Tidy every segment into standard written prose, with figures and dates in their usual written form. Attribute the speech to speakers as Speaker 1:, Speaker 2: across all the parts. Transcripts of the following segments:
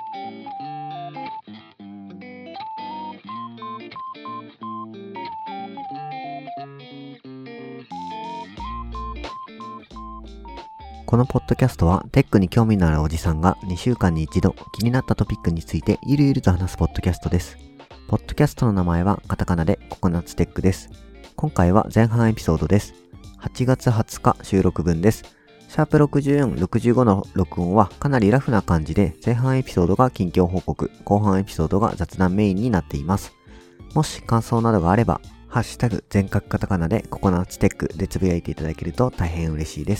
Speaker 1: このポッドキャストはテックに興味のあるおじさんが2週間に一度気になったトピックについてゆるゆると話すポッドキャストです。ポッドキャストの名前はカタカナでココナッツテックです。今回は前半エピソードです。8月20日収録分です。シャープ64、65の録音はかなりラフな感じで、前半エピソードが近況報告、後半エピソードが雑談メインになっています。もし感想などがあれば、ハッシュタグ全角カタカナでココナッツテックでつぶやいていただけると大変嬉しいです。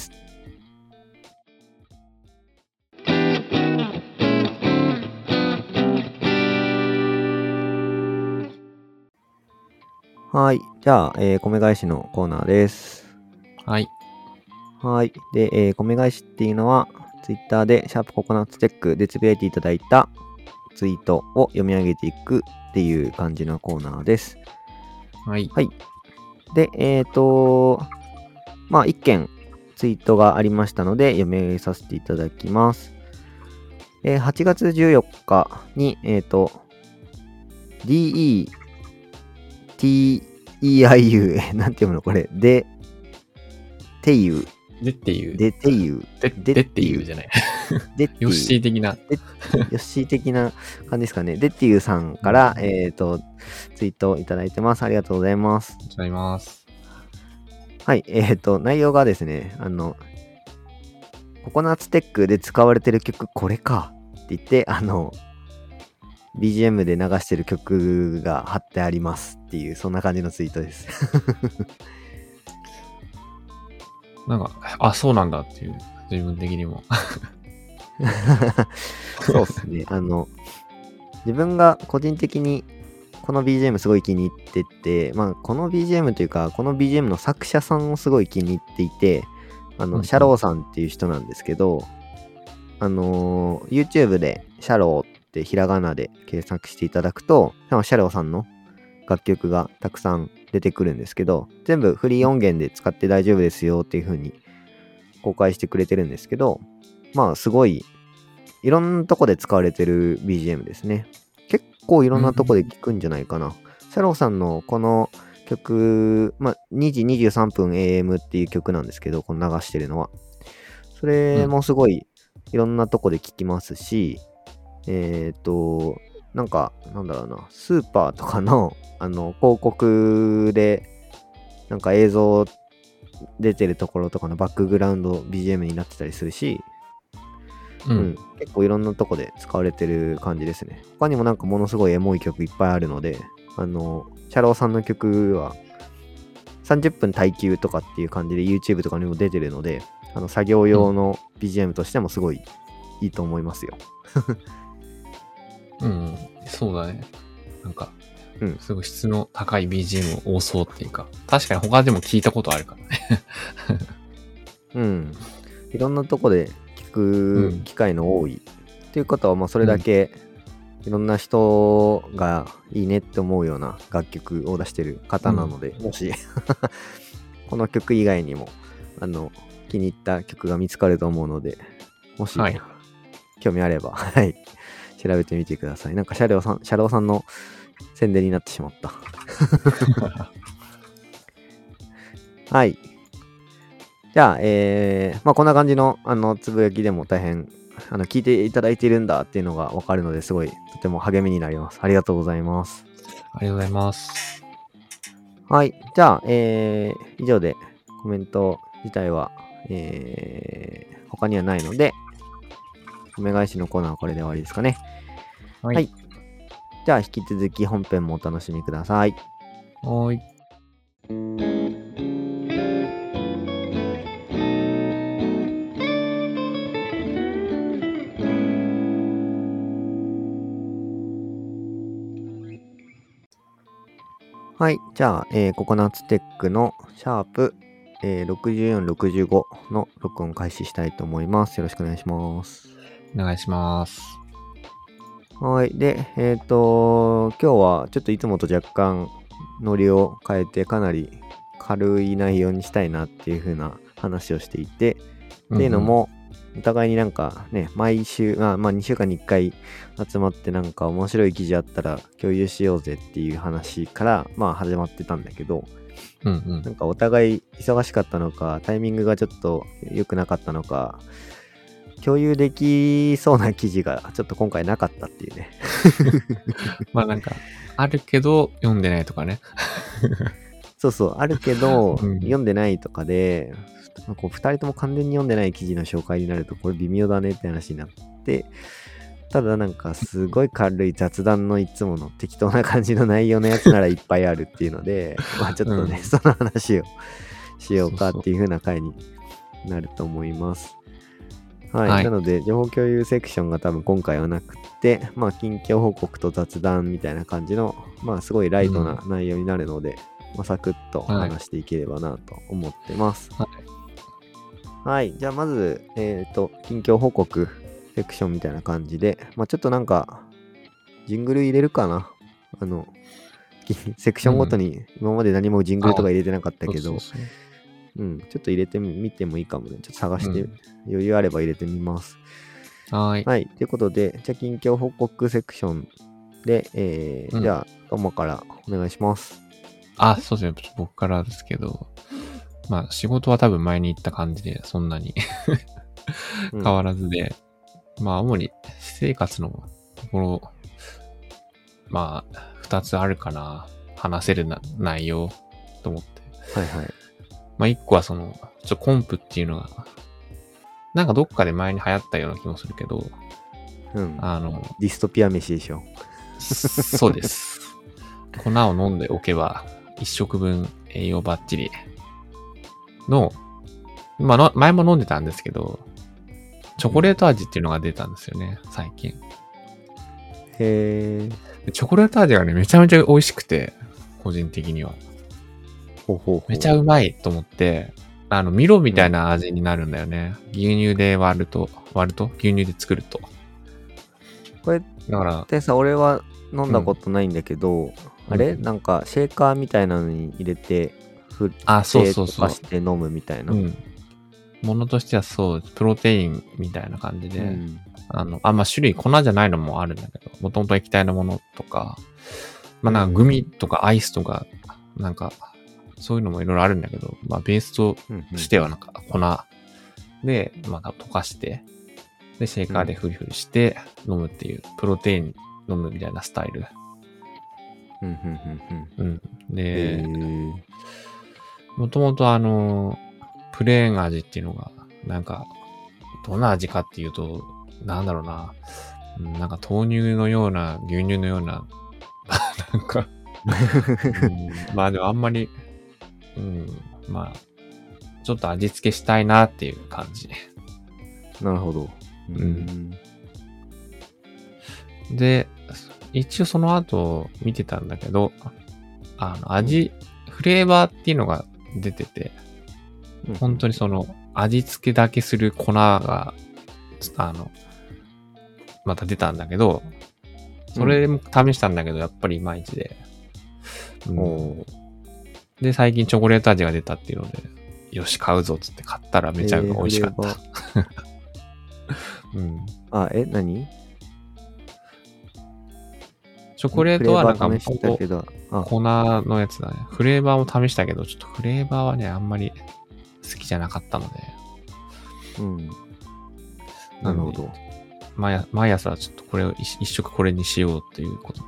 Speaker 1: はい。じゃあ、米返しのコーナーです。
Speaker 2: はい。
Speaker 1: はい。で、米返しっていうのは、ツイッターでシャープココナッツテックでつぶやいていただいたツイートを読み上げていくっていう感じのコーナーです。
Speaker 2: はい。
Speaker 1: はい。で、一件ツイートがありましたので、読み上げさせていただきます。8月14日に、DETEIU なんていうのこれでっていう
Speaker 2: でっていう
Speaker 1: でっていう
Speaker 2: でっていうじゃない
Speaker 1: でっていう
Speaker 2: ヨッシー的な
Speaker 1: ヨッシー的な感じですかね。でっていうさんから、ツイートいただいてます。ありがとうございます。
Speaker 2: ありがとうございます。
Speaker 1: はい、内容がですね、ココナッツテックで使われてる曲これかって言って、BGM で流してる曲が貼ってありますっていう、そんな感じのツイートです。
Speaker 2: なんか、そうなんだっていう、自分的にも。
Speaker 1: そうですね。自分が個人的にこの BGM すごい気に入ってて、この BGM というか、この BGM の作者さんをすごい気に入っていて、シャローさんっていう人なんですけど、YouTube でシャローってひらがなで検索していただくと、シャローさんの楽曲がたくさん出てくるんですけど、全部フリー音源で使って大丈夫ですよっていう風に公開してくれてるんですけど、すごいいろんなとこで使われてる BGM ですね。結構いろんなとこで聞くんじゃないかな。シャローさんのこの曲、2時23分 AM っていう曲なんですけど、この流してるのは。それもすごいいろんなとこで聞きますし、なんだろうな、スーパーとかの、広告で、なんか映像出てるところとかのバックグラウンド BGM になってたりするし、結構いろんなとこで使われてる感じですね。他にもなんかものすごいエモい曲いっぱいあるので、シャローさんの曲は30分耐久とかっていう感じで YouTube とかにも出てるので、作業用の BGM としてもすごいいいと思いますよ。
Speaker 2: そうだね。なんか、すごい質の高い BGM 多そうっていうか、確かに他でも聞いたことあるからね。
Speaker 1: いろんなとこで聞く機会の多い。っていうことは、それだけいろんな人がいいねって思うような楽曲を出してる方なので、もしこの曲以外にも気に入った曲が見つかると思うので、もし、興味あれば調べてみてください。なんかシャローさんの宣伝になってしまったはい。じゃあ、こんな感じのつぶやきでも大変聞いていただいているんだっていうのがわかるので、すごいとても励みになります。ありがとうございます。
Speaker 2: ありがとうございます。
Speaker 1: はい。じゃあ、以上でコメント自体は、他にはないので、米返しのコーナーはこれで終わりですかね。
Speaker 2: はい。
Speaker 1: じゃあ、引き続き本編もお楽しみください。
Speaker 2: はい。
Speaker 1: はい。じゃあ、ココナッツテックのシャープ、64、65の録音開始したいと思います。よろしくお願いします。
Speaker 2: お願いします。
Speaker 1: はい。で、今日はちょっといつもと若干ノリを変えてかなり軽い内容にしたいなっていう風な話をしていて、っていうのも、 お互いになんかね、毎週、まあ2週間に1回集まってなんか面白い記事あったら共有しようぜっていう話から、まあ始まってたんだけど、なんかお互い忙しかったのか、タイミングがちょっと良くなかったのか、共有できそうな記事がちょっと今回なかったっていうね。
Speaker 2: まあなんか、あるけど読んでないとかね。
Speaker 1: そうそう、あるけど、読んでないとかで、こう2人とも完全に読んでない記事の紹介になると、これ微妙だねって話になって、ただなんかすごい軽い雑談のいつもの適当な感じの内容のやつならいっぱいあるっていうので、まあちょっとね、その話をしようかっていう風な回になると思います。はい。なので、情報共有セクションが多分今回はなくて、まあ近況報告と雑談みたいな感じの、まあすごいライトな内容になるので、まあ、サクッと話していければなと思ってます。はい。じゃあまず、近況報告セクションみたいな感じで、まあちょっとなんか、ジングル入れるかな。セクションごとに今まで何もジングルとか入れてなかったけど、ちょっと入れてみてもいいかもね。ちょっと探して、余裕あれば入れてみます。はい。ということで、じゃあ近況報告セクションで、じゃあ、トモからお願いします。
Speaker 2: そうですね。僕からですけど、まあ仕事は多分前に言った感じで、そんなに変わらずで、まあ主に私生活のところ、まあ2つあるかな。話せる内容と思って。まあ1個はコンプっていうのが、なんかどっかで前に流行ったような気もするけど、
Speaker 1: ディストピア飯でしょ。
Speaker 2: そうです。粉を飲んでおけば、1食分栄養バッチリの、まあ、前も飲んでたんですけど、チョコレート味っていうのが出たんですよね、最近。
Speaker 1: へ
Speaker 2: ー。チョコレート味がね、めちゃめちゃ美味しくて、個人的には。めちゃうまいと思って、ミロみたいな味になるんだよね。牛乳で割ると、牛乳で作ると。
Speaker 1: これだからでさ、俺は飲んだことないんだけど、あれなんかシェーカーみたいなのに入れて
Speaker 2: そうそうそう。
Speaker 1: 溶かして飲むみたいな。
Speaker 2: ものとしてはそう、プロテインみたいな感じで、まあ種類粉じゃないのもあるんだけど、もともと液体のものとか、まあなんかグミとかアイスとか、なんかそういうのもいろいろあるんだけど、まあベースとしてはなんか粉で、まあ溶かして、でシェーカーでフリフリして飲むっていう、プロテイン飲むみたいなスタイル。で、もともとプレーン味っていうのが、なんか、どんな味かっていうと、なんだろうな、なんか豆乳のような、牛乳のような、なんかまあでもあんまり、まあ、ちょっと味付けしたいなっていう感じ。
Speaker 1: なるほど。
Speaker 2: で、一応その後見てたんだけど、フレーバーっていうのが出てて、本当に味付けだけする粉が、また出たんだけど、それも試したんだけど、やっぱりいまいちで。で、最近チョコレート味が出たっていうので、よし、買うぞっつって買ったらめちゃ美味しかった。
Speaker 1: 何？
Speaker 2: チョコレートはなんか粉のやつだね。フレーバーも試したけど、ちょっとフレーバーはね、あんまり好きじゃなかったので。
Speaker 1: なるほど。
Speaker 2: 毎朝ちょっとこれを一食これにしようということ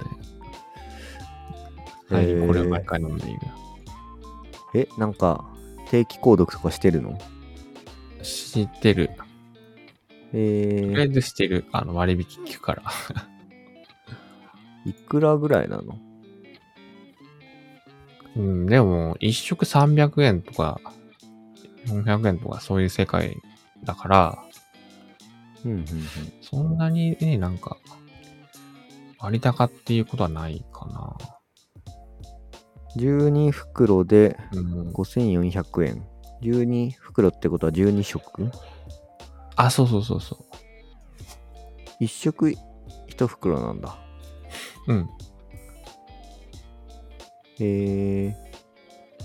Speaker 2: で、これを毎回飲んでいる。
Speaker 1: なんか定期購読とかしてるの？
Speaker 2: 知ってる。とりあえずしてる。割引効くから。
Speaker 1: いくらぐらいなの？
Speaker 2: でも、一食300円とか、400円とかそういう世界だから、そんなにね、なんか、割高っていうことはないかな。
Speaker 1: 12袋で5400円。12袋ってことは12食？
Speaker 2: そうそう。
Speaker 1: 1食1袋なんだ。
Speaker 2: チ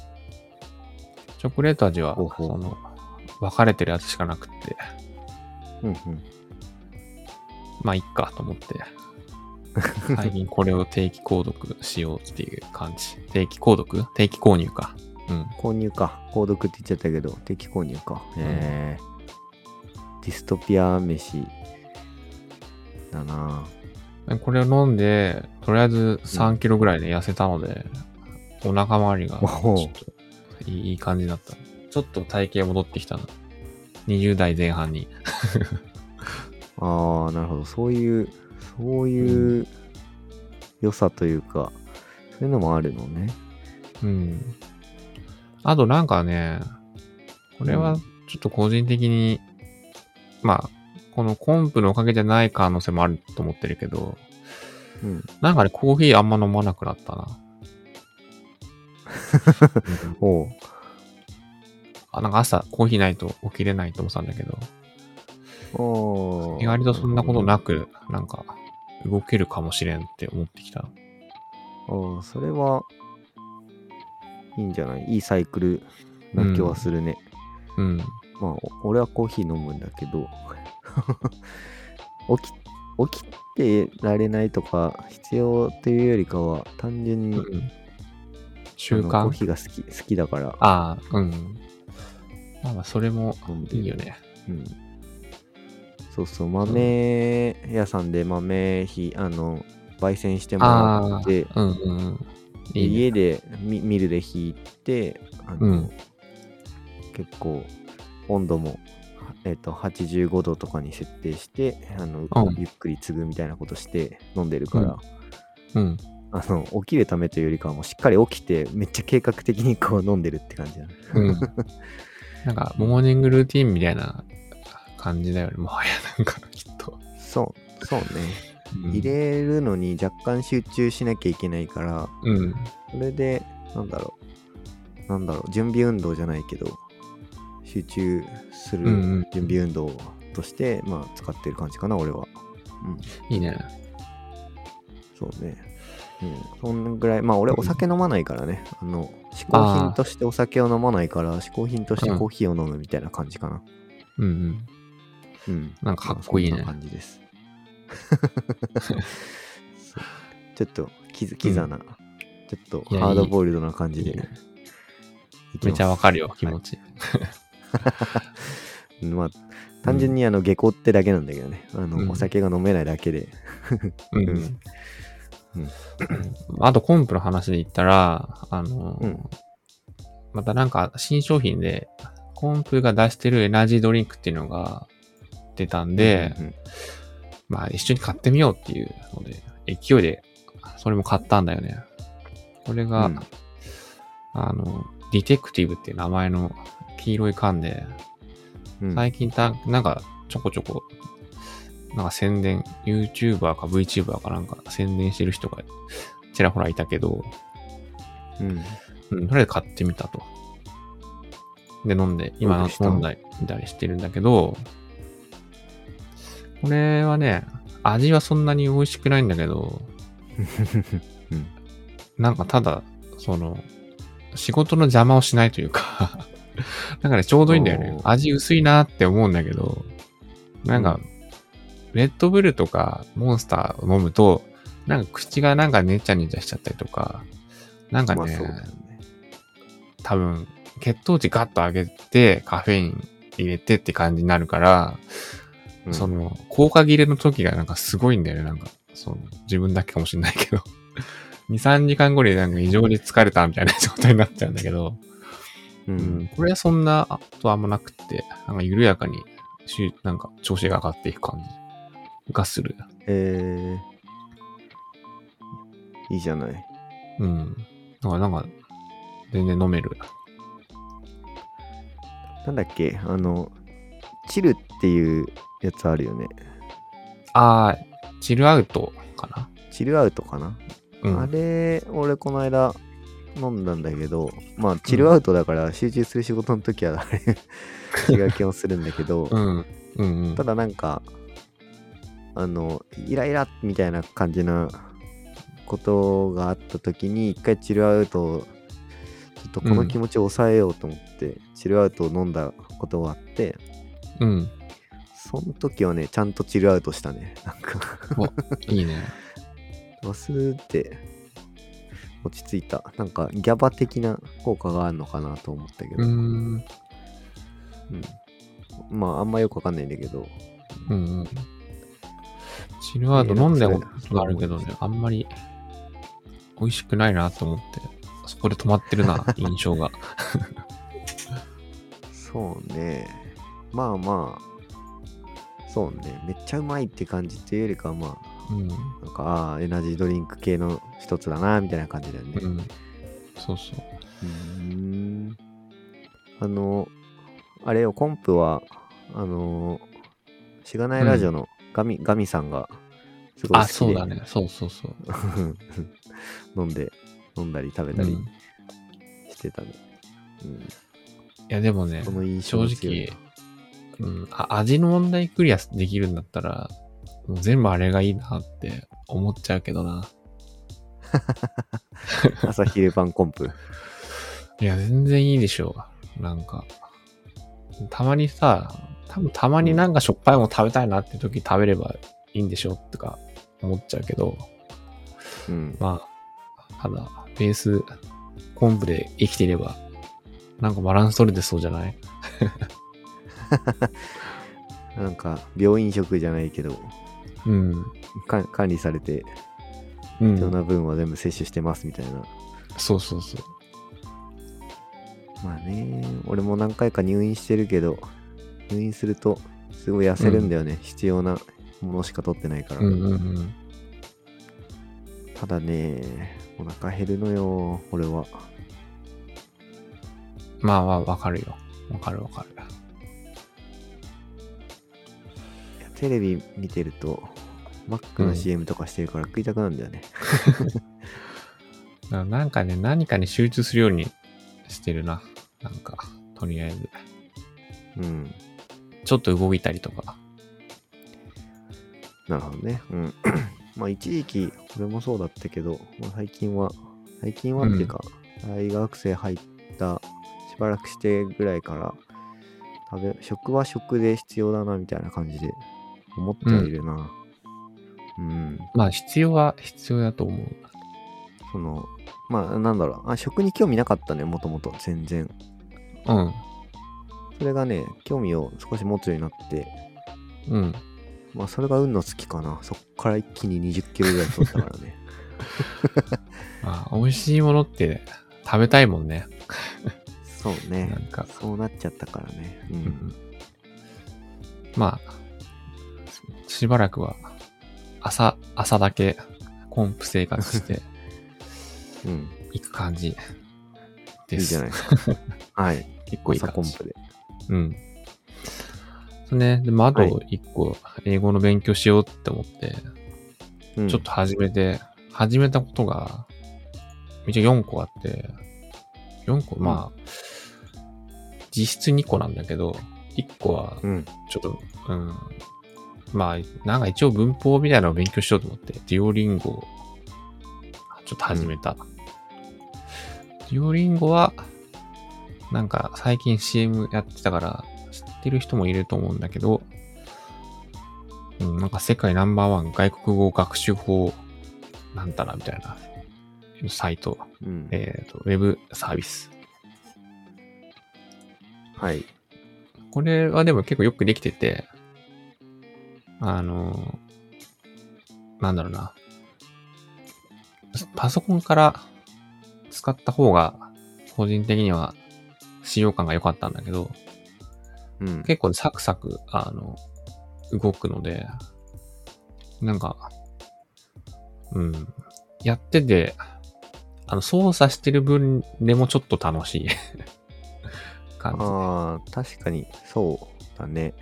Speaker 2: ョコレート味は、分かれてるやつしかなくって。
Speaker 1: うんうん。
Speaker 2: まあ、いっかと思って、最近これを定期購読しようっていう感じ。定期購読？定期購入か。うん。
Speaker 1: 購入か。購読って言っちゃったけど、定期購入か。ディストピア飯だな。
Speaker 2: これを飲んで、とりあえず3キロぐらいで痩せたので、お腹周りがちょっといい感じだった。ちょっと体型戻ってきたな。20代前半に。
Speaker 1: ああ、なるほど。そういう良さというか、そういうのもあるのね。
Speaker 2: うん。あとなんかね、これはちょっと個人的に、まあ、このコンプのおかげじゃない可能性もあると思ってるけど、なんかね、コーヒーあんま飲まなくなったな。
Speaker 1: おう。
Speaker 2: なんか朝コーヒーないと起きれないと思ってたんだけど、意外とそんなことなく、なんか動けるかもしれんって思ってきた。
Speaker 1: ああ、それはいいんじゃない？いいサイクルな気はするね。
Speaker 2: うん。
Speaker 1: まあ、俺はコーヒー飲むんだけど、起きてられないとか必要というよりかは、単純に、
Speaker 2: 習慣？
Speaker 1: コーヒーが好きだから。
Speaker 2: ああ、うん。まあ、それもいいよね。
Speaker 1: うん。そうそう、豆屋さんで豆焙煎してもらって、いいね、家でミルでひいて、結構温度も、85度とかに設定して、ゆっくり継ぐみたいなことして飲んでるから、起きるためというよりかはもうしっかり起きてめっちゃ計画的にこう飲んでるって感じだね。
Speaker 2: なんかモーニングルーティンみたいな感じだよね、もはやなんかきっと。
Speaker 1: そうね。入れるのに若干集中しなきゃいけないから、それで、なんだろう、準備運動じゃないけど、集中する準備運動として、まあ、使ってる感じかな、俺は。
Speaker 2: いいね。
Speaker 1: そうね。そんぐらい、まあ、俺お酒飲まないからね、嗜好品としてお酒を飲まないから、嗜好品としてコーヒーを飲むみたいな感じかな。
Speaker 2: なんかかっこいいね。
Speaker 1: そんな感じです。ちょっとキザな、ちょっとハードボイルドな感じで。
Speaker 2: めちゃわかるよ、気持ち。
Speaker 1: まあ、単純に下校ってだけなんだけどね。お酒が飲めないだけで。
Speaker 2: あと、コンプの話で言ったら、またなんか新商品で、コンプが出してるエナジードリンクっていうのが出たんで、まあ一緒に買ってみようっていうので、勢いでそれも買ったんだよね。これが、ディテクティブっていう名前の黄色い缶で、最近なんかちょこちょこ、なんか宣伝、YouTuber か VTuber かなんか宣伝してる人がちらほらいたけど、とりあえず買ってみたと。で、飲んで、今飲んだり見たりしてるんだけど、これはね、味はそんなに美味しくないんだけど、なんかただ、仕事の邪魔をしないというか、なんかね、ちょうどいいんだよね。味薄いなって思うんだけど、なんか、レッドブルとかモンスターを飲むと、なんか口がなんかネチャネチャしちゃったりとか、なんかね、多分、血糖値ガッと上げて、カフェイン入れてって感じになるから、効果切れの時がなんかすごいんだよね。なんか、自分だけかもしれないけど。2、3時間後になんか異常に疲れたみたいな状態になっちゃうんだけど、これはそんなとあんまなくって、なんか緩やかに、なんか調子が上がっていく感じがする。
Speaker 1: いいじゃない。
Speaker 2: だからなんか、全然飲める。
Speaker 1: なんだっけ、チルっていうやつあるよね。
Speaker 2: チルアウトかな？
Speaker 1: チルアウトかな？あれ、俺この間飲んだんだけど、まあ、チルアウトだから集中する仕事の時はあれ違う気もするんだけど、ただなんか、イライラみたいな感じなことがあった時に、一回チルアウトを、ちょっとこの気持ちを抑えようと思って、チルアウトを飲んだことがあって、 その時はね、ちゃんとチルアウトしたね。なんか
Speaker 2: お、いいね。
Speaker 1: スーって落ち着いた。なんかギャバ的な効果があるのかなと思ったけど。まああんまよくわかんないんだけど。
Speaker 2: チルアウト飲んだことがあるけどね、あんまり美味しくないなと思って、そこで止まってるな、印象が。
Speaker 1: そうね。まあまあ、そうね。めっちゃうまいって感じっていうよりかはまあ、なんか、エナジードリンク系の一つだな、みたいな感じだよね。
Speaker 2: そうそう。
Speaker 1: あれよ、コンプは、しがないラジオのガミさんがすごい好きで。
Speaker 2: そうだね。そうそうそう。
Speaker 1: 飲んだり食べたりしてたね。
Speaker 2: いやでもね、正直、味の問題クリアできるんだったら、もう全部あれがいいなって思っちゃうけどな。
Speaker 1: 朝昼晩コンプ。
Speaker 2: いや、全然いいでしょう。なんか、たまにさ、たまになんかしょっぱいもの食べたいなって時食べればいいんでしょとか思っちゃうけど、まあ、ただ、ベース、コンプで生きていれば、なんかバランス取れてそうじゃない？
Speaker 1: なんか、病院食じゃないけど、管理されて、必要な分は全部摂取してますみたいな。
Speaker 2: そうそうそう。
Speaker 1: まあね、俺も何回か入院してるけど、入院するとすごい痩せるんだよね。必要なものしか取ってないから。ただね、お腹減るのよ、俺は。
Speaker 2: まあまあ、わかるよ。わかる。
Speaker 1: テレビ見てると、マックの CM とかしてるから食いたくなるんだよね。
Speaker 2: なんかね、何かに集中するようにしてるな。なんか、とりあえず。ちょっと動いたりとか。
Speaker 1: なるほどね。まあ一時期、俺もそうだったけど、まあ、最近はっていうか、大学生入ったしばらくしてぐらいから、食は食で必要だなみたいな感じで思ってはいるな。
Speaker 2: まあ必要は必要だと思う。
Speaker 1: まあなんだろう、食に興味なかったね、もともと全然。それがね、興味を少し持つようになって、まあそれが運の尽きかな。そっから一気に20キロぐらい取ったからね。
Speaker 2: 美味しいものって食べたいもんね。
Speaker 1: そうね。なんかそうなっちゃったからね。
Speaker 2: まあ、しばらくは朝だけコンプ生活して行く感じです。
Speaker 1: いいじゃないですか。はい。
Speaker 2: 結構いい感じ。
Speaker 1: 朝コンプで。
Speaker 2: そうね。でもあと一個英語の勉強しようって思って、ちょっと始めたことが一応4個あって、4個、まあ、実質2個なんだけど、1個は、ちょっと、まあ、なんか一応文法みたいなのを勉強しようと思って、デュオリンゴをちょっと始めた。デュオリンゴは、なんか最近 CM やってたから知ってる人もいると思うんだけど、なんか世界ナンバー1外国語学習法なんたらみたいなサイト、ウェブサービス。
Speaker 1: はい。
Speaker 2: これはでも結構よくできてて、なんだろうな。パソコンから使った方が個人的には使用感が良かったんだけど、結構サクサク動くので、なんか、やってて、操作してる分でもちょっと楽しい感
Speaker 1: じ。確かにそうだね。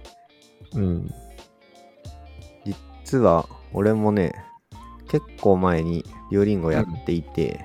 Speaker 1: 実は俺もね、結構前にデュオリンゴやっていて、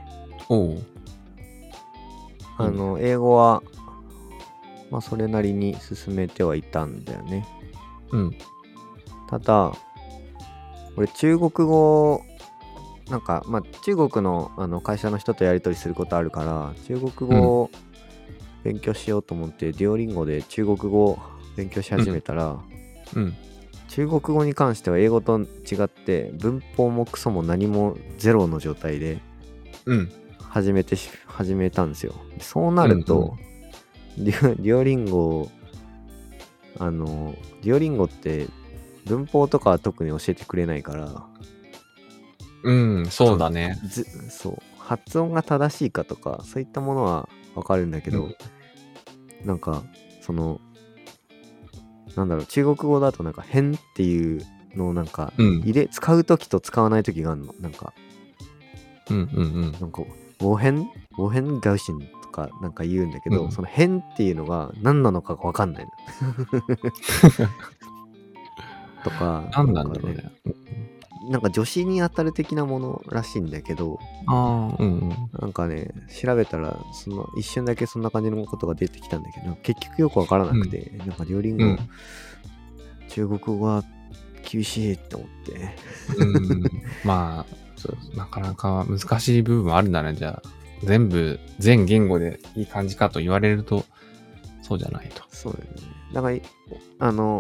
Speaker 1: 英語はまあそれなりに進めてはいたんだよね。ただ俺中国語なんかまあ中国の会社の人とやり取りすることあるから中国語を勉強しようと思って、デュオリンゴで中国語を勉強し始めたら、
Speaker 2: うん。
Speaker 1: 中国語に関しては英語と違って文法もクソも何もゼロの状態で
Speaker 2: うん。
Speaker 1: 始めたんですよ。そうなると、デュオリンゴって文法とかは特に教えてくれないから、
Speaker 2: うん、そうだね。
Speaker 1: そう発音が正しいかとかそういったものはわかるんだけど、なんかそのなんだろう、中国語だとなんか変っていうのをなんか使うときと使わないときがあるの。なんかなんか我変ガウシンとかなんか言うんだけど、その変っていうのが何なのかがわかんないの。とか
Speaker 2: なんなんだろうね。
Speaker 1: なんか助詞に当たる的なものらしいんだけど、なんかね、調べたら一瞬だけそんな感じのことが出てきたんだけど、結局よくわからなくて、なんかデュオリンゴ、中国語は厳しいって思って。
Speaker 2: まあ、なかなか難しい部分もあるんだね、じゃあ。全言語でいい感じかと言われると、そうじゃないと。
Speaker 1: そうだよね。だから、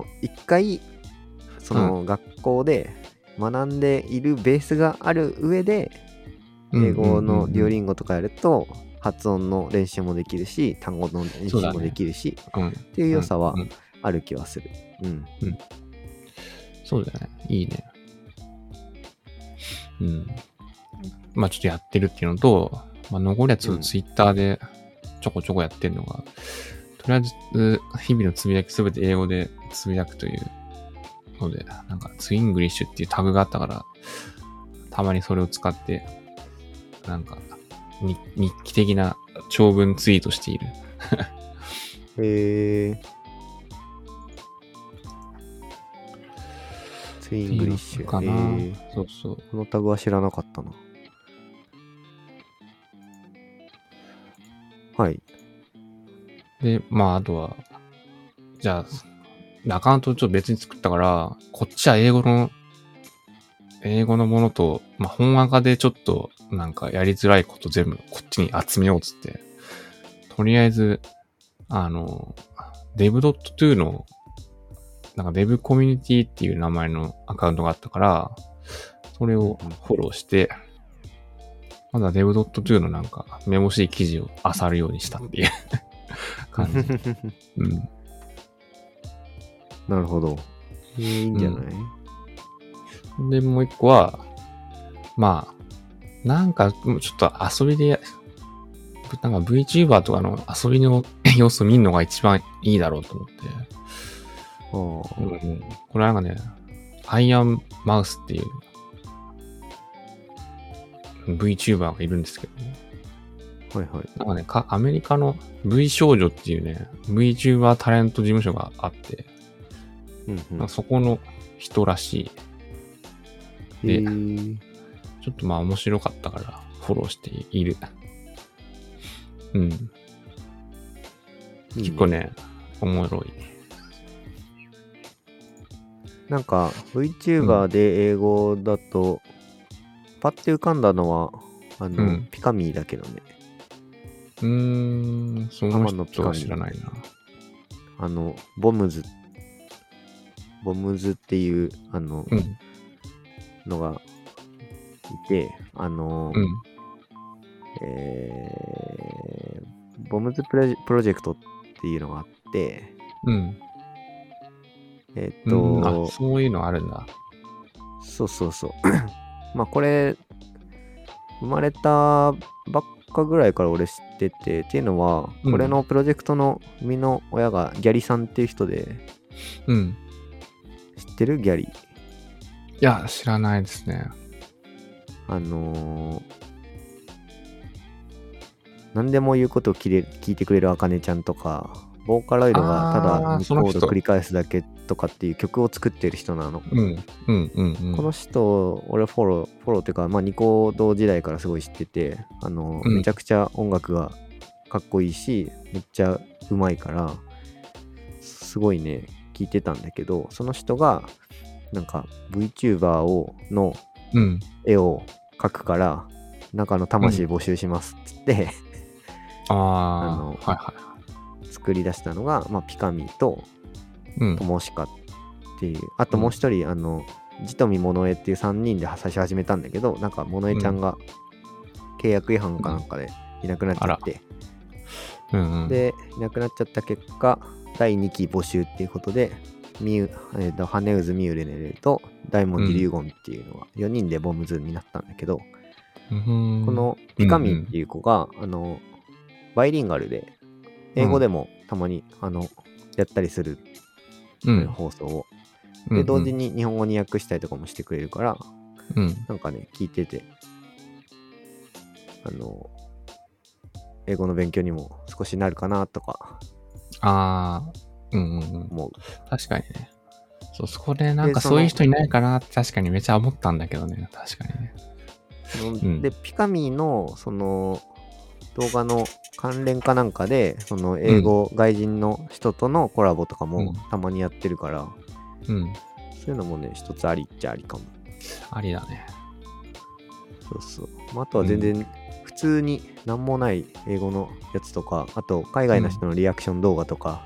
Speaker 1: 一回、学校で学んでいるベースがある上で、英語のデュオリンゴとかやると、発音の練習もできるし、単語の練習もできるし、っていう良さはある気はする。
Speaker 2: そうだね。いいね。まあちょっとやってるっていうのと、まあ残りはツイッターでちょこちょこやってるのが、とりあえず日々のつぶやきすべて英語でつぶやくというので、なんかツイングリッシュっていうタグがあったから、たまにそれを使って、なんか日記的な長文ツイートしている。
Speaker 1: ツイングリッシュ
Speaker 2: かな。そうそう。
Speaker 1: このタグは知らなかったな。はい。
Speaker 2: で、まああとは、じゃあ、アカウントちょっと別に作ったから、こっちは英語のものと、まあ本赤でちょっとなんかやりづらいこと全部こっちに集めようっつって、とりあえず、dev.to の、なんか Dev コミュニティっていう名前のアカウントがあったから、それをフォローして、まずは Dev.to のなんか、めぼしい記事を漁るようにしたっていう感じ。
Speaker 1: なるほど。いいんじゃない？
Speaker 2: で、もう一個は、まあ、なんか、ちょっと遊びで、なんか VTuber とかの遊びの様子を見るのが一番いいだろうと思って。これなんかね、アイアンマウスっていう VTuber がいるんですけど、なんかね、アメリカの V 少女っていうね、VTuber タレント事務所があって、そこの人らしい。で、ちょっとまあ面白かったからフォローしている。結構ね、おもろい。
Speaker 1: なんか VTuber で英語だと、パッて浮かんだのはピカミーだけどね。
Speaker 2: その人は知らないな。
Speaker 1: ボムズっていうのがいて、ボムズプロジェクトっていうのがあって、
Speaker 2: そういうのあるんだ。
Speaker 1: そう。まあこれ生まれたばっかぐらいから俺知ってて、っていうのは、これのプロジェクトの生みの親がギャリさんっていう人で、知ってる？ギャリ。
Speaker 2: いや、知らないですね。
Speaker 1: 何でも言うことを聞いてくれるあかねちゃんとか、ボーカロイドがただ2コード繰り返すだけとかっていう曲を作ってる人なの。この人、俺フォローっていうか、まあニコード時代からすごい知ってて、めちゃくちゃ音楽がかっこいいし、めっちゃうまいから、すごいね、聞いてたんだけど、その人が、なんか VTuber の絵を描くから、中の魂募集しますっつって、作り出したのが、まあ、ピカミとトモシカっっていう。あともう一人、ジトミモノエっていう3人で最初始めたんだけど、なんかモノエちゃんが契約違反かなんかでいなくなっちゃって、で、いなくなっちゃった結果、第2期募集っていうことで、ハネウズ・ミューレネルとダイモンディ・リューゴンっていうのが4人でボムズになったんだけど、このピカミンっていう子が、バイリンガルで、英語でもたまに、やったりする、放送を。で、同時に日本語に訳したりとかもしてくれるから、なんかね、聞いてて、英語の勉強にも少しなるかなとか。思う。
Speaker 2: 確かにね。そう、そこでなんかそういう人いないかなって確かにめちゃ思ったんだけどね。確かにね。
Speaker 1: で、ピカミのその動画の関連かなんかで、その英語、外人の人とのコラボとかもたまにやってるから、そういうのもね、一つありっちゃありかも。
Speaker 2: ありだね。
Speaker 1: そうそう。あとは全然、普通になんもない英語のやつとか、あと海外の人のリアクション動画とか、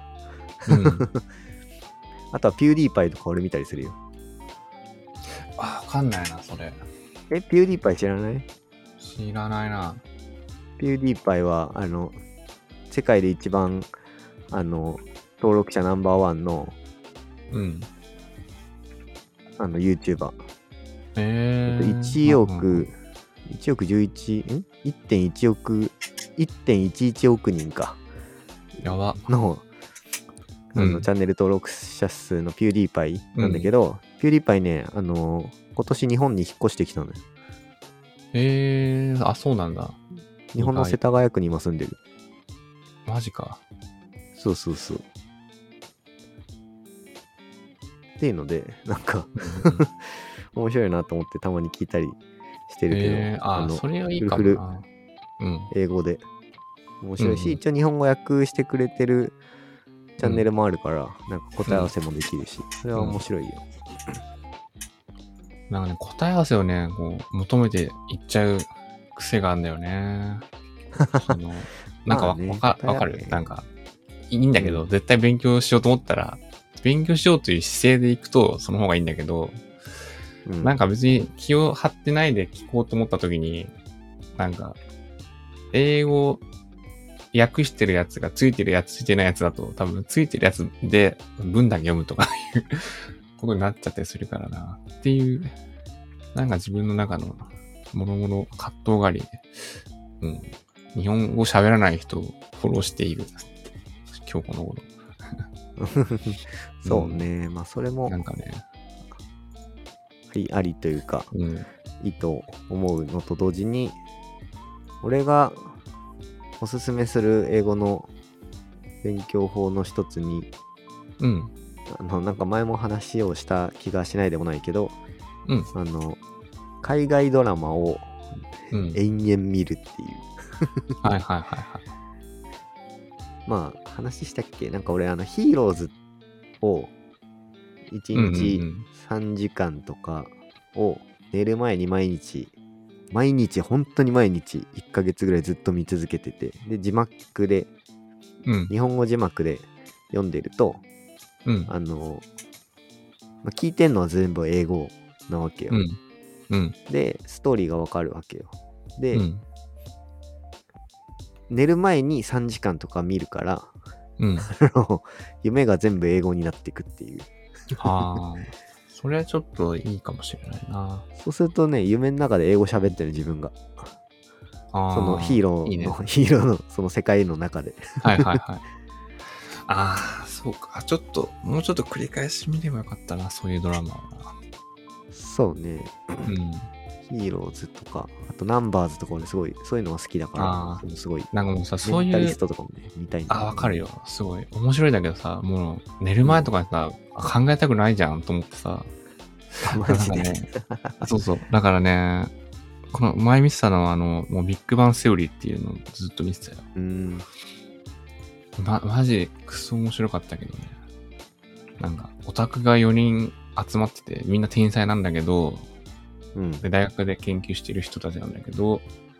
Speaker 1: あとはピューディーパイとか俺見たりするよ。
Speaker 2: わかんないな、それ。
Speaker 1: ピューディーパイ知らない？
Speaker 2: 知らないな。
Speaker 1: ピューディーパイは、世界で一番、登録者ナンバー1の、YouTuber。1億、1億11、1.1 億、1.11 億人か。
Speaker 2: やば。
Speaker 1: の、チャンネル登録者数のピューディーパイなんだけど、ピューディーパイね、今年日本に引っ越してきたのよ。
Speaker 2: あ、そうなんだ。
Speaker 1: 日本の世田谷区に今住んでる。
Speaker 2: マジか。
Speaker 1: そうそうそう。っていうので、なんか面白いなと思ってたまに聞いたりしてるけど、
Speaker 2: それはいいかもな。
Speaker 1: 英語で面白いし、一応日本語訳してくれてるチャンネルもあるから、なんか答え合わせもできるし、それは面白いよ。
Speaker 2: なんかね、答え合わせをね、こう求めていっちゃう癖があるんだよね。なんかわかる？なんか、いいんだけど、絶対勉強しようと思ったら、勉強しようという姿勢でいくと、その方がいいんだけど、なんか別に気を張ってないで聞こうと思った時に、なんか、英語訳してるやつがついてるやつついてないやつだと、多分ついてるやつで文だけ読むとかいうことになっちゃったりするからな。っていう、なんか自分の中の諸々葛藤があり、日本語喋らない人をフォローしている。今日この頃。
Speaker 1: そうね。まあそれも、
Speaker 2: なんかね、
Speaker 1: ありというか、いいと思うのと同時に、俺がおすすめする英語の勉強法の一つに、なんか前も話をした気がしないでもないけど、海外ドラマを延々見るっていう。
Speaker 2: はいはいはいはい。
Speaker 1: まあ話したっけ？なんか俺ヒーローズを1日3時間とかを寝る前に毎日本当に毎日1ヶ月ぐらいずっと見続けてて、で字幕で、日本語字幕で読んでると、聞いてんのは全部英語なわけよ。でストーリーがわかるわけよ。で、寝る前に3時間とか見るから、夢が全部英語になっていくっていう。
Speaker 2: それはちょっといいかもしれないな。
Speaker 1: そうするとね、夢の中で英語喋ってる自分が。そのヒーローのその世界の中で。
Speaker 2: はいはいはい。そうか。もうちょっと繰り返し見ればよかったな、そういうドラマはな。
Speaker 1: そうね。ヒーローズとか、あとナンバーズとか俺すごい、そういうのが好きだから、すごい。
Speaker 2: なんかもうさ、そういう。
Speaker 1: メンタリストとかもね、見たいんだ。
Speaker 2: わかるよ。すごい。面白いんだけどさ、もう寝る前とかにさ、考えたくないじゃんと思ってさ。
Speaker 1: マジで。
Speaker 2: そうそう。だからね、この前見てたのはもうビッグバンセオリーっていうのをずっと見てたよ。マジクソ面白かったけどね。なんか、オタクが4人集まってて、みんな天才なんだけど、で大学で研究してる人たちなんだけど、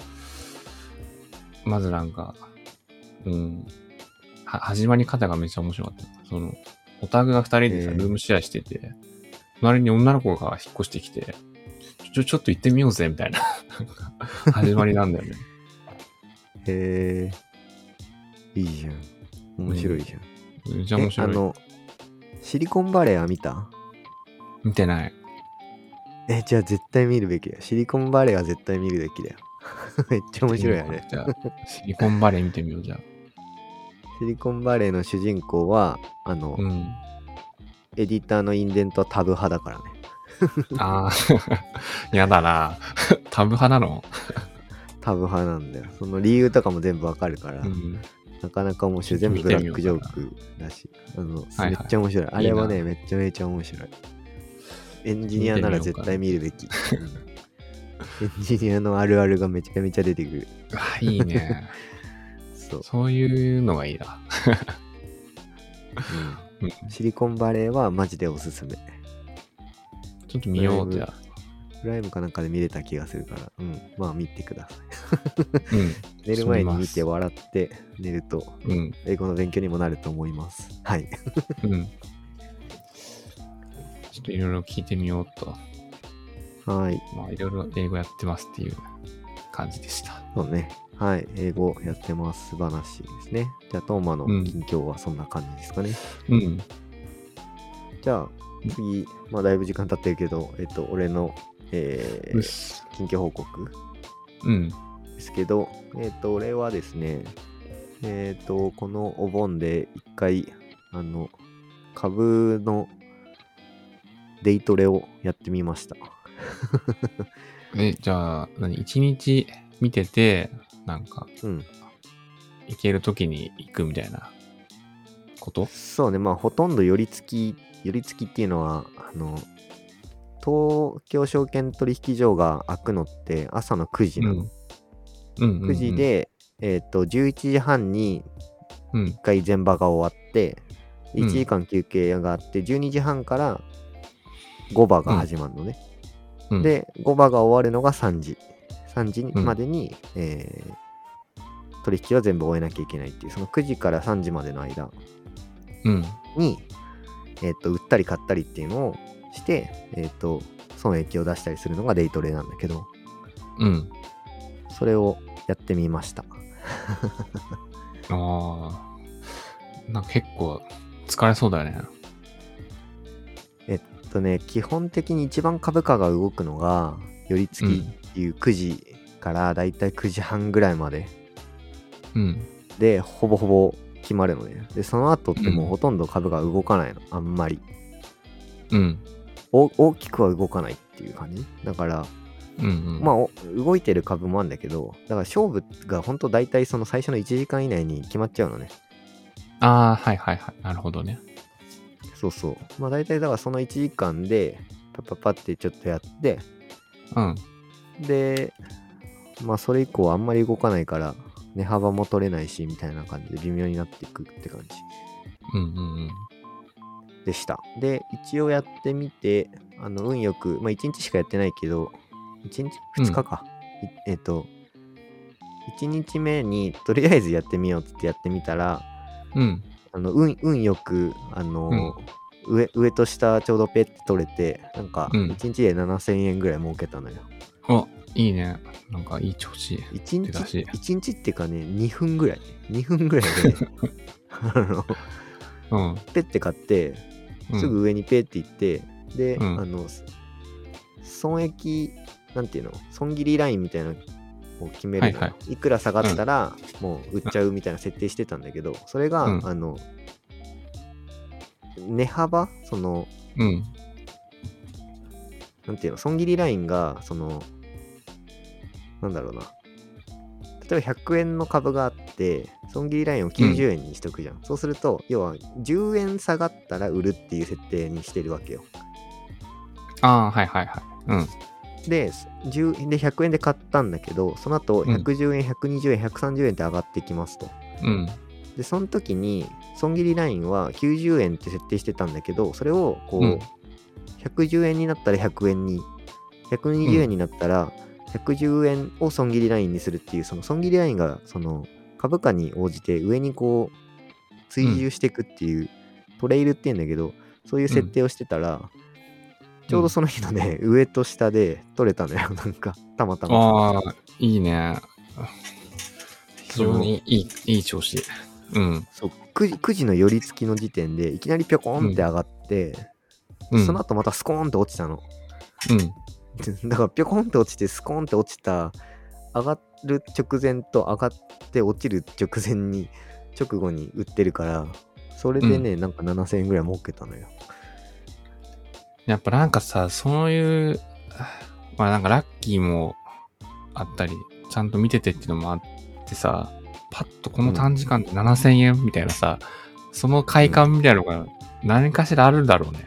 Speaker 2: まずなんか、始まり方がめっちゃ面白かった。 オタクが2人でさ、ルームシェアしてて、隣に女の子が引っ越してきて、ちょっと行ってみようぜみたいな始まりなんだよね。
Speaker 1: へえ、いいじゃん。面白いじゃん。
Speaker 2: めっちゃ面白い。
Speaker 1: シリコンバレーは見た？
Speaker 2: 見てない。
Speaker 1: じゃあ絶対見るべきだよ。シリコンバレーは絶対見るべきだよ。めっちゃ面白いよね。
Speaker 2: じゃあ、シリコンバレー見てみよう、じゃあ。
Speaker 1: シリコンバレーの主人公は、エディターのインデントはタブ派だからね。
Speaker 2: ああ、やだな。タブ派なの？
Speaker 1: タブ派なんだよ。その理由とかも全部わかるから、なかなか面白い。全部ブラックジョークだし、めっちゃ面白い。あれはね、めっちゃめちゃ面白い。エンジニアなら絶対見るべき。エンジニアのあるあるがめちゃめちゃ出てくる。
Speaker 2: いいね。そういうのがいいな。
Speaker 1: シリコンバレーはマジでおすすめ。
Speaker 2: ちょっと見ようって。
Speaker 1: プライムかなんかで見れた気がするから、まあ見てください。寝る前に見て笑って寝ると、英語の勉強にもなると思います。はい。
Speaker 2: ちょっといろいろ聞いてみようと。
Speaker 1: はい。
Speaker 2: まあいろいろ英語やってますっていう感じでした。
Speaker 1: そうね。はい。英語やってます話ですね。じゃあ、トーマの近況はそんな感じですかね。じゃあ、次、まあだいぶ時間経ってるけど、俺の、近況報告ですけど、俺はですね、このお盆で一回、株のデイトレをやってみました。
Speaker 2: じゃあ、一日見てて、なんか、行けるときに行くみたいなこと？
Speaker 1: そうね、まあほとんど寄り付きっていうのは、東京証券取引所が開くのって朝の9時なの。9時で、11時半に1回全場が終わって、1時間休憩があって、12時半から5場が始まるのね。で、5場が終わるのが3時。3時までに、取引は全部終えなきゃいけないっていう、その9時から3時までの間に、売ったり買ったりっていうのをして、損益を出したりするのがデイトレなんだけど、それをやってみました。
Speaker 2: なんか結構疲れそうだよね。
Speaker 1: 基本的に一番株価が動くのが寄り付きっていう9時からだいたい9時半ぐらいまで、でほぼほぼ決まるのね。でその後ってもうほとんど株が動かないの、あんまり。大きくは動かないっていう感じだから、まあ動いてる株もあるんだけど、だから勝負が本当大体その最初の1時間以内に決まっちゃうのね。
Speaker 2: はいはいはい、なるほどね。
Speaker 1: そうそう。まあ大体だからその1時間でパッパッパってちょっとやって、でまあそれ以降あんまり動かないから値幅も取れないしみたいな感じで微妙になっていくって感じでした。で一応やってみて運よく、まあ1日しかやってないけど1日2日か、1日目にとりあえずやってみようってやってみたら、運よく上と下ちょうどペッて取れて、なんか1日で7000円ぐらい儲けたのよ。
Speaker 2: いいね。なんかいい調子。
Speaker 1: 1日っていうかね、2分ぐらいでペッて買ってすぐ上にペッていって、で、損益なんていうの、損切りラインみたいなのを決めるの、いくら下がったらもう売っちゃうみたいな設定してたんだけど、それが値幅そのなんていうの、損切りラインがそのなんだろうな、例えば100円の株があって損切りラインを90円にしとくじゃん、そうすると要は10円下がったら売るっていう設定にしてるわけよ。で100円で買ったんだけど、その後110円、120円、130円って上がってきますと。でその時に損切りラインは90円って設定してたんだけど、それをこう、110円になったら100円に、120円になったら110円を損切りラインにするっていう、その損切りラインがその株価に応じて上にこう追従していくっていうトレイルって言うんだけど、そういう設定をしてたら、ちょうどその日のね、上と下で撮れたのよ、なんか、たまたま。
Speaker 2: ああ、いいね。非常にいい調子。うん。
Speaker 1: そう、9時の寄り付きの時点で、いきなりピョコーンって上がって、その後またスコーンって落ちたの。だからピョコーンって落ちて、スコーンって落ちた、上がる直前と上がって落ちる直前に、直後に売ってるから、それでね、なんか7000円ぐらい儲けたのよ。
Speaker 2: やっぱなんかさ、そういう、まあなんかラッキーもあったり、ちゃんと見ててっていうのもあってさ、パッとこの短時間で7000円みたいなさ、その快感みたいなのが何かしらあるんだろうね。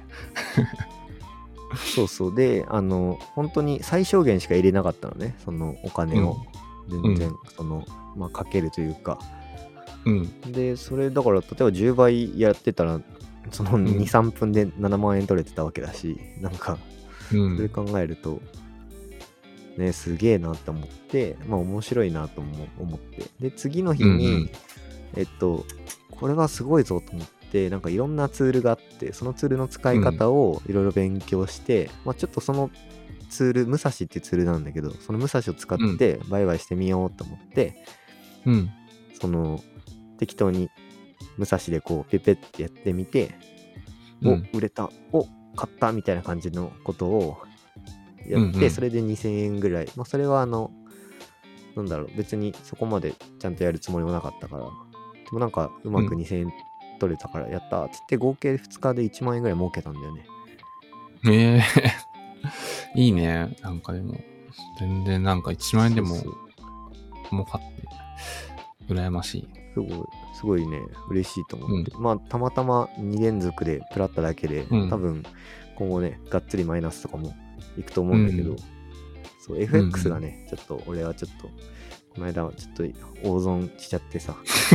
Speaker 1: そうそう。で、本当に最小限しか入れなかったのね、そのお金を。全然、まあ、かけるというか。で、それだから、例えば10倍やってたら、その2、3分で7万円取れてたわけだし、なんか、それ考えると、ね、すげえなって思って、まあ面白いなとも思って。で、次の日に、これはすごいぞと思って、なんかいろんなツールがあって、そのツールの使い方をいろいろ勉強して、まあちょっとそのツール、武蔵っていうツールなんだけど、その武蔵を使って売買してみようと思って、その適当に武蔵でこうペペってやってみて、売れた、買ったみたいな感じのことをやって、それで2000円ぐらい。まあそれはなんだろう、別にそこまでちゃんとやるつもりもなかったから、でもなんかうまく2000円取れたからやったーっつって合計2日で1万円ぐらい儲けたんだよね。
Speaker 2: いいね。なんかでも、全然なんか1万円でも儲かって、羨ましい。
Speaker 1: すごいね、嬉しいと思って。まあ、たまたま2連続でプラっただけで、多分今後ね、がっつりマイナスとかもいくと思うんだけど、そう、FX がね、ちょっと、俺はちょっと、この間はちょっと大損しちゃってさ。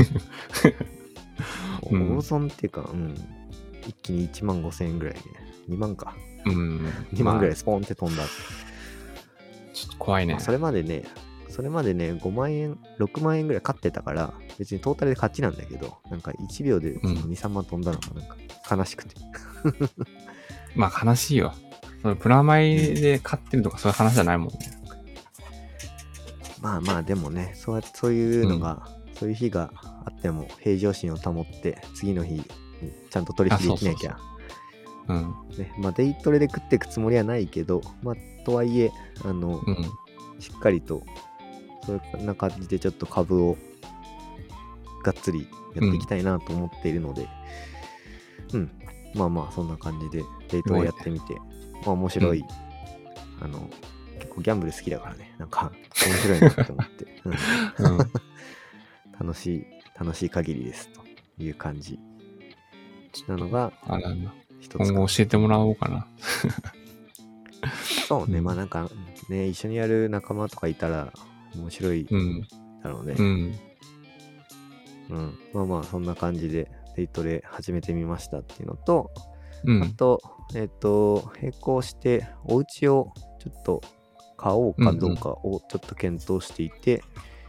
Speaker 1: 大損っていうか、一気に1万5000円ぐらいね。2万か。2万ぐらいスポンって飛んだ。
Speaker 2: ちょっと怖いね。
Speaker 1: それまでね、5万円、6万円ぐらい勝ってたから、別にトータルで勝ちなんだけど、なんか1秒で2、3万飛んだのがなんか悲しくて。
Speaker 2: まあ悲しいよ。プラマイで勝ってるとかそういう話じゃないもんね。
Speaker 1: まあまあでもね、そういうのが、そういう日があっても平常心を保って次の日にちゃんと取引できなきゃ。ね、まあデイトレで食っていくつもりはないけど、まあとはいえ、しっかりと、そういうな感じでちょっと株をがっつりやっていきたいなと思っているので、まあまあそんな感じでデイトレやってみて、まあ面白い、結構ギャンブル好きだからね、なんか面白いなと思って、楽しい限りですという感じなのが一つ。
Speaker 2: 今後教えてもらおうかな。
Speaker 1: そうね、まあなんかね、一緒にやる仲間とかいたら面白いだろうね。まあまあそんな感じでデイトレ始めてみましたっていうのと、あと、並行してお家をちょっと買おうかどうかをちょっと検討していて、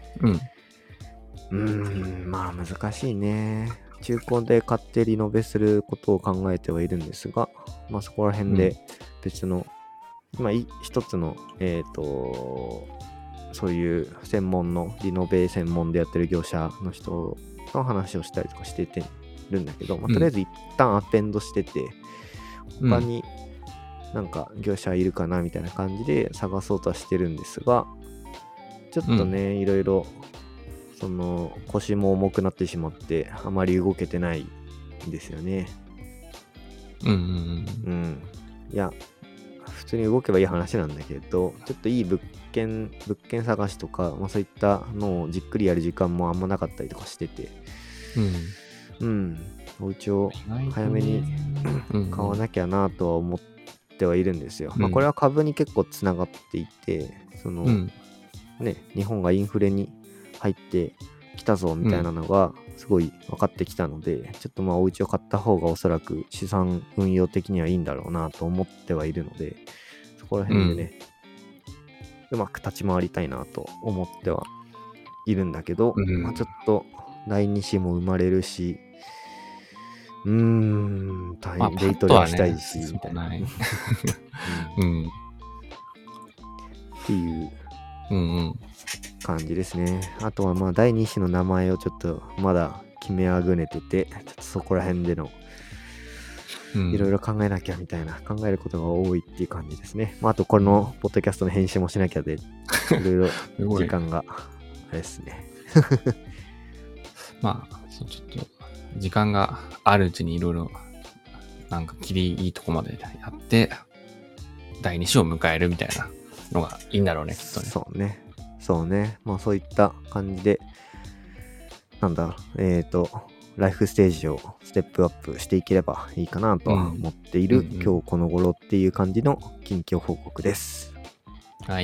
Speaker 1: まあ難しいね。中古で買ってリノベすることを考えてはいるんですが、まあそこら辺で別の、まあ一つの、そういう専門のリノベ専門でやってる業者の人の話をしたりとかしてるんだけど、まあ、とりあえず一旦アペンドしてて、他になんか業者いるかなみたいな感じで探そうとはしてるんですが、ちょっとね、いろいろその腰も重くなってしまってあまり動けてないんですよね。いや、普通に動けばいい話なんだけど、ちょっといい物件探しとか、まあ、そういったのをじっくりやる時間もあんまなかったりとかしてて、お家を早めに買わなきゃなとは思ってはいるんですよ。まあこれは株に結構つながっていて、その、ね、日本がインフレに入ってきたぞみたいなのがすごい分かってきたので、ちょっとまあお家を買った方がおそらく資産運用的にはいいんだろうなと思ってはいるので、そこら辺でね、うまく立ち回りたいなと思ってはいるんだけど、まあちょっと第2子も生まれるし、 まあ、デイトレもしたいし、みたいな。
Speaker 2: うん。
Speaker 1: っていう
Speaker 2: うんうん。
Speaker 1: 感じですね。あとはまあ第2子の名前をちょっとまだ決めあぐねてて、ちょっとそこら辺でのいろいろ考えなきゃみたいな、考えることが多いっていう感じですね。まあ、あとこのポッドキャストの編集もしなきゃで、いろいろ時間があれですね。
Speaker 2: まあ、ちょっと時間があるうちにいろいろなんか切りいいとこまでやって、第2子を迎えるみたいなのがいいんだろうね、きっとね。
Speaker 1: そうね。まあそういった感じで、なんだ、ライフステージをステップアップしていければいいかなとは思っている、今日この頃っていう感じの近況報告です。
Speaker 2: はい。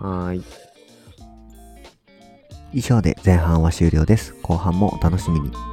Speaker 1: 以上で前半は終了です。後半もお楽しみに。